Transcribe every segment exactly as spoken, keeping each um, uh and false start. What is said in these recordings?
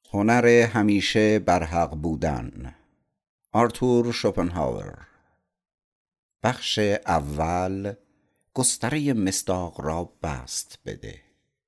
هنر همیشه برحق بودن. آرتور شوپنهاور. بخش اول. گستره مصداق را بست بده.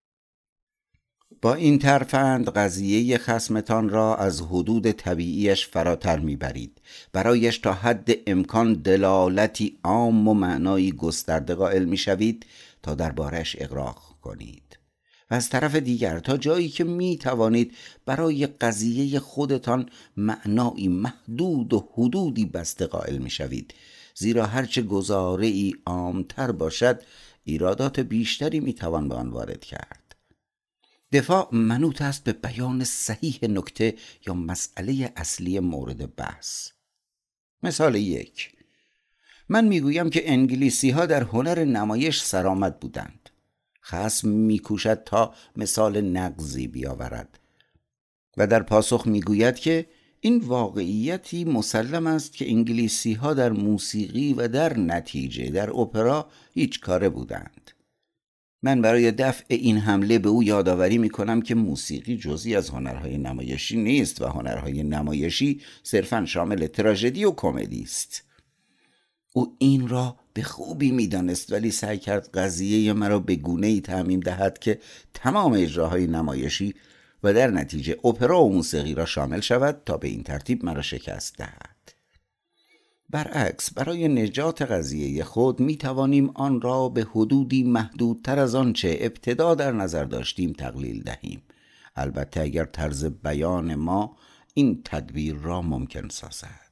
با این ترفند قضیه خصمتان را از حدود طبیعیش فراتر میبرید، برایش تا حد امکان دلالتی عام و معنایی گسترده قائل میشوید تا دربارش اغراق کنید، و از طرف دیگر تا جایی که می توانید برای قضیه خودتان معنایی محدود و حدودی بسته قائل می شوید، زیرا هرچه گزاره ای عامتر باشد ایرادات بیشتری می توان به آن وارد کرد. دفاع منوط است به بیان صحیح نکته یا مسئله اصلی مورد بحث. مثال یک: من میگویم که انگلیسی ها در هنر نمایش سرآمد بودند. خصم میکوشد تا مثال نقضی بیاورد و در پاسخ میگوید که این واقعیتی مسلم است که انگلیسی ها در موسیقی و در نتیجه در اپرا هیچ کاره بودند. من برای دفع این حمله به او یادآوری میکنم که موسیقی جزئی از هنرهای نمایشی نیست و هنرهای نمایشی صرفاً شامل تراژدی و کمدی است. او این را به خوبی میدانست، ولی سعی کرد قضیه مرا به گونه‌ای تعمیم دهد که تمام اجراهای نمایشی و در نتیجه اپرا و موسیقی را شامل شود تا به این ترتیب مرا شکست دهد. برعکس، برای نجات قضیه خود می توانیم آن را به حدودی محدودتر از آنچه ابتدا در نظر داشتیم تقلیل دهیم، البته اگر طرز بیان ما این تدبیر را ممکن سازد.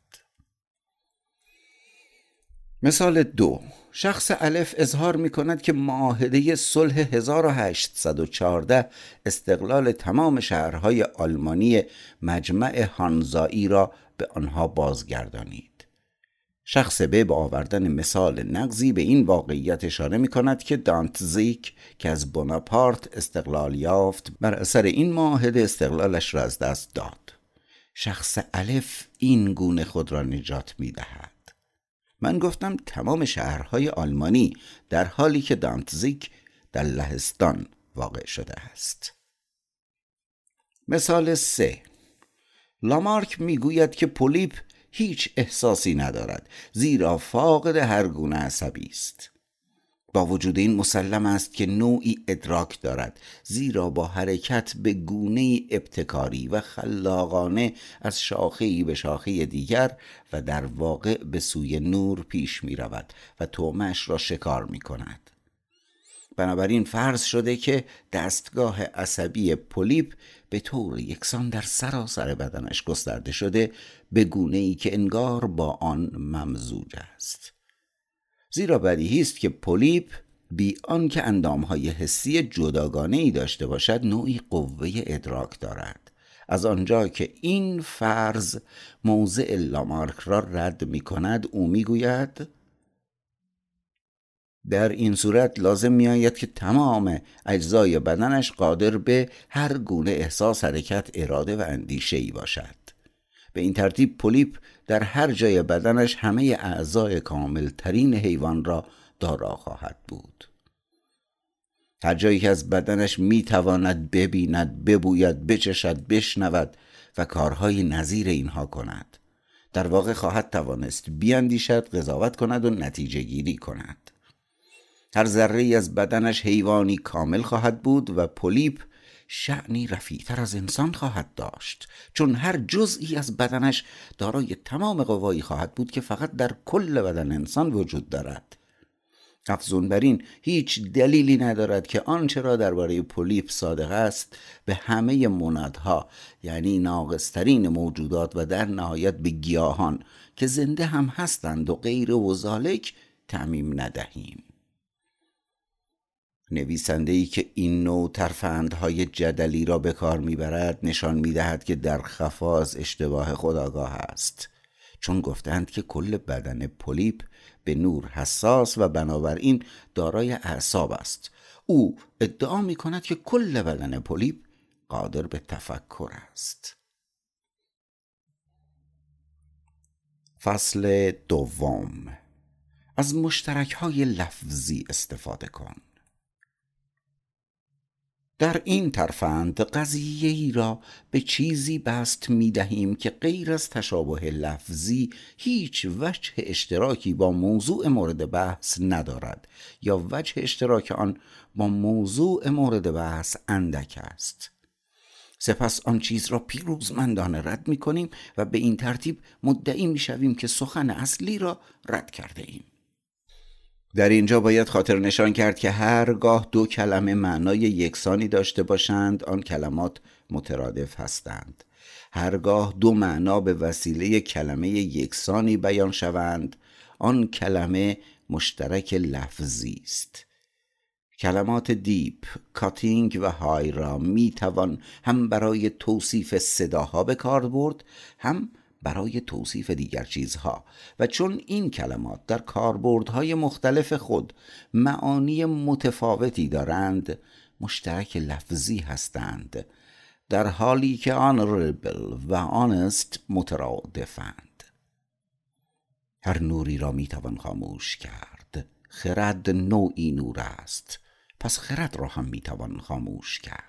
مثال دو: شخص الف اظهار می کند که معاهده صلح هزار و هشتصد و چهارده استقلال تمام شهرهای آلمانی مجمع هانزایی را به آنها بازگردانید. شخص ب با آوردن مثال نقضی به این واقعیت اشاره می کند که دانتزیک که از بوناپارت استقلال یافت بر اثر این معاهده استقلالش را از دست داد. شخص الف این گونه خود را نجات می دهد. من گفتم تمام شهرهای آلمانی، در حالی که دانتزیک در لهستان واقع شده است. مثال سه: لامارک میگوید که پولیپ هیچ احساسی ندارد، زیرا فاقد هر گونه عصبی است. با وجود این مسلم است که نوعی ادراک دارد، زیرا با حرکت به گونه‌ای ابتکاری و خلاقانه از شاخه‌ای به شاخه دیگر و در واقع به سوی نور پیش می رود و طعمه‌اش را شکار می کند. بنابراین فرض شده که دستگاه عصبی پولیپ به طور یکسان در سراسر بدنش گسترده شده، به گونه‌ای که انگار با آن ممزوج است. زیرا بدیهی است که پولیپ بی آنکه اندامهای حسی جداگانه‌ای داشته باشد نوعی قوه ادراک دارد. از آنجا که این فرض موضع لامارک را رد می کند، او می گوید در این صورت لازم می آید که تمام اجزای بدنش قادر به هر گونه احساس، حرکت، اراده و اندیشه‌ای باشد. به این ترتیب پولیپ در هر جای بدنش همه اعضای کامل ترین حیوان را دارا خواهد بود. هر جایی که از بدنش می تواند ببیند، ببوید، بچشد، بشنود و کارهای نظیر اینها کند. در واقع خواهد توانست بیاندیشد، قضاوت کند و نتیجه گیری کند. هر ذره‌ای از بدنش حیوانی کامل خواهد بود و پولیپ شأنی رفیع‌تر از انسان خواهد داشت، چون هر جزئی از بدنش دارای تمام قوایی خواهد بود که فقط در کل بدن انسان وجود دارد. افزون بر این، هیچ دلیلی ندارد که آنچه را درباره پولیپ صادق است به همه منادها، یعنی ناقصترین موجودات و در نهایت به گیاهان که زنده هم هستند و غیر و ذالک تعمیم ندهیم. نویسنده‌ای که این نوع ترفندهای جدلی را به کار میبرد نشان میدهد که در خفا از اشتباه خود آگاه است، چون گفتند که کل بدن پولیپ به نور حساس و بنابراین دارای اعصاب است. او ادعا می کند که کل بدن پولیپ قادر به تفکر است. فصل دوم. از مشترک‌های لفظی استفاده کن. در این ترفند قضیه‌ای را به چیزی بست می دهیم که غیر از تشابه لفظی هیچ وجه اشتراکی با موضوع مورد بحث ندارد یا وجه اشتراک آن با موضوع مورد بحث اندک است. سپس آن چیز را پیروزمندانه رد می کنیم و به این ترتیب مدعی می شویم که سخن اصلی را رد کرده ایم. در اینجا باید خاطر نشان کرد که هرگاه دو کلمه معنای یکسانی داشته باشند آن کلمات مترادف هستند. هرگاه دو معنا به وسیله کلمه یکسانی بیان شوند آن کلمه مشترک لفظی است. کلمات دیپ، کاتینگ و های را می توان هم برای توصیف صداها به کار برد هم برای توصیف دیگر چیزها و چون این کلمات در کاربردهای مختلف خود معانی متفاوتی دارند مشترک لفظی هستند، در حالی که honorable و honest مترادفند. هر نوری را می توان خاموش کرد. خرد نوعی نور است، پس خرد را هم می توان خاموش کرد.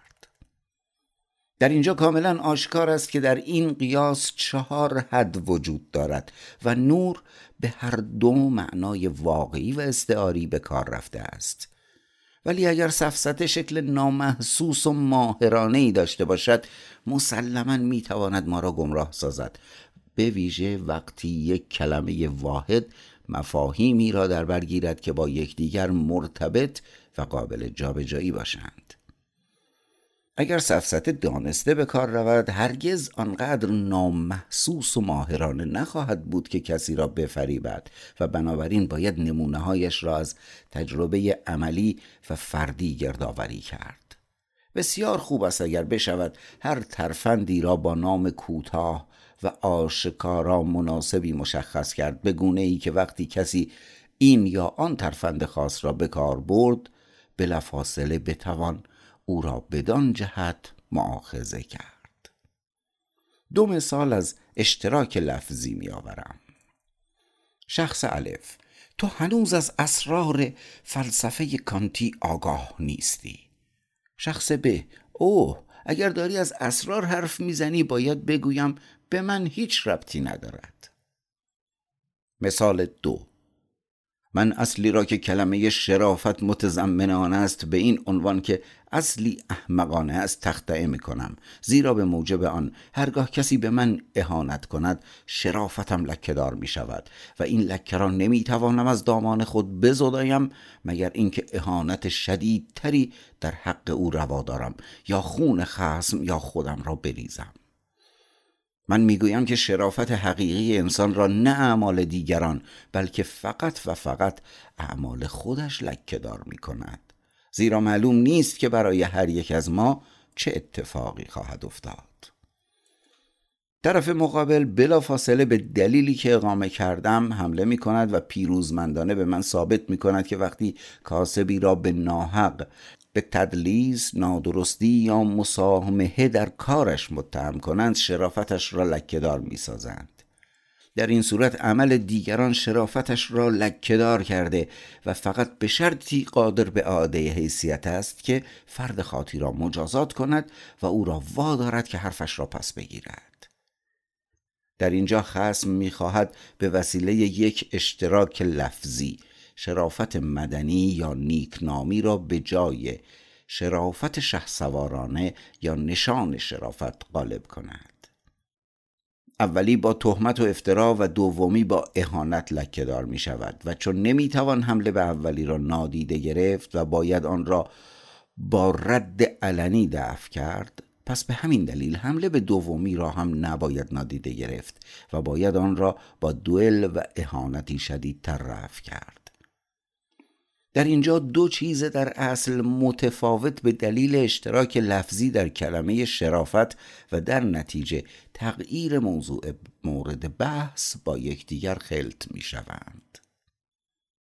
در اینجا کاملا آشکار است که در این قیاس چهار حد وجود دارد و نور به هر دو معنای واقعی و استعاری به کار رفته است. ولی اگر سفسطه شکل نامحسوس و ماهرانه‌ای داشته باشد مسلماً میتواند ما را گمراه سازد، به ویژه وقتی یک کلمه واحد مفاهیمی را در بر گیرد که با یکدیگر مرتبط و قابل جابجایی باشند. اگر سفسطه دانسته به کار رود هرگز آنقدر نامحسوس و ماهرانه نخواهد بود که کسی را بفریبد و بنابراین باید نمونه‌هایش را از تجربه عملی و فردی گردآوری کرد. بسیار خوب است اگر بشود هر ترفندی را با نام کوتاه و آشکارا مناسبی مشخص کرد، به گونه‌ای که وقتی کسی این یا آن ترفند خاص را به کار برد بلافاصله بتوان او را بدان جهت مؤاخذه کرد. دو مثال از اشتراک لفظی می آورم. شخص الف: تو هنوز از اسرار فلسفه کانتی آگاه نیستی. شخص ب: اوه، اگر داری از اسرار حرف میزنی باید بگویم به من هیچ ربطی ندارد. مثال دو: من اصلی را که کلمه شرافت متضمن آن است به این عنوان که اصلی احمقانه است تخطئه می کنم، زیرا به موجب آن هرگاه کسی به من اهانت کند شرافتم لکه‌دار می شود و این لکه را نمی توانم از دامان خود بزدایم مگر اینکه اهانت شدیدتری در حق او روا دارم یا خون خصم یا خودم را بریزم. من میگویم که شرافت حقیقی انسان را نه اعمال دیگران بلکه فقط و فقط اعمال خودش لکه‌دار می کند، زیرا معلوم نیست که برای هر یک از ما چه اتفاقی خواهد افتاد. طرف مقابل بلافاصله به دلیلی که اقامه کردم حمله می کند و پیروزمندانه به من ثابت می کند که وقتی کاسبی را به ناحق به تدلیس، نادرستی یا مساهمه در کارش متهم کنند شرافتش را لکه‌دار می سازند. در این صورت عمل دیگران شرافتش را لکه‌دار کرده و فقط به شرطی قادر به اعاده حیثیت است که فرد خاطی را مجازات کند و او را وادارد که حرفش را پس بگیرد. در اینجا خصم می خواهد به وسیله یک اشتراک لفظی شرافت مدنی یا نیکنامی را به جای شرافت شهسوارانه یا نشان شرافت غالب کند. اولی با تهمت و افترا و دومی با اهانت لکه‌دار می شود و چون نمی توان حمله به اولی را نادیده گرفت و باید آن را با رد علنی دفع کرد، پس به همین دلیل حمله به دومی را هم نباید نادیده گرفت و باید آن را با دوئل و اهانتی شدیدتر رفع کرد. در اینجا دو چیز در اصل متفاوت به دلیل اشتراک لفظی در کلمه شرافت و در نتیجه تغییر موضوع مورد بحث با یکدیگر خلط می شوند.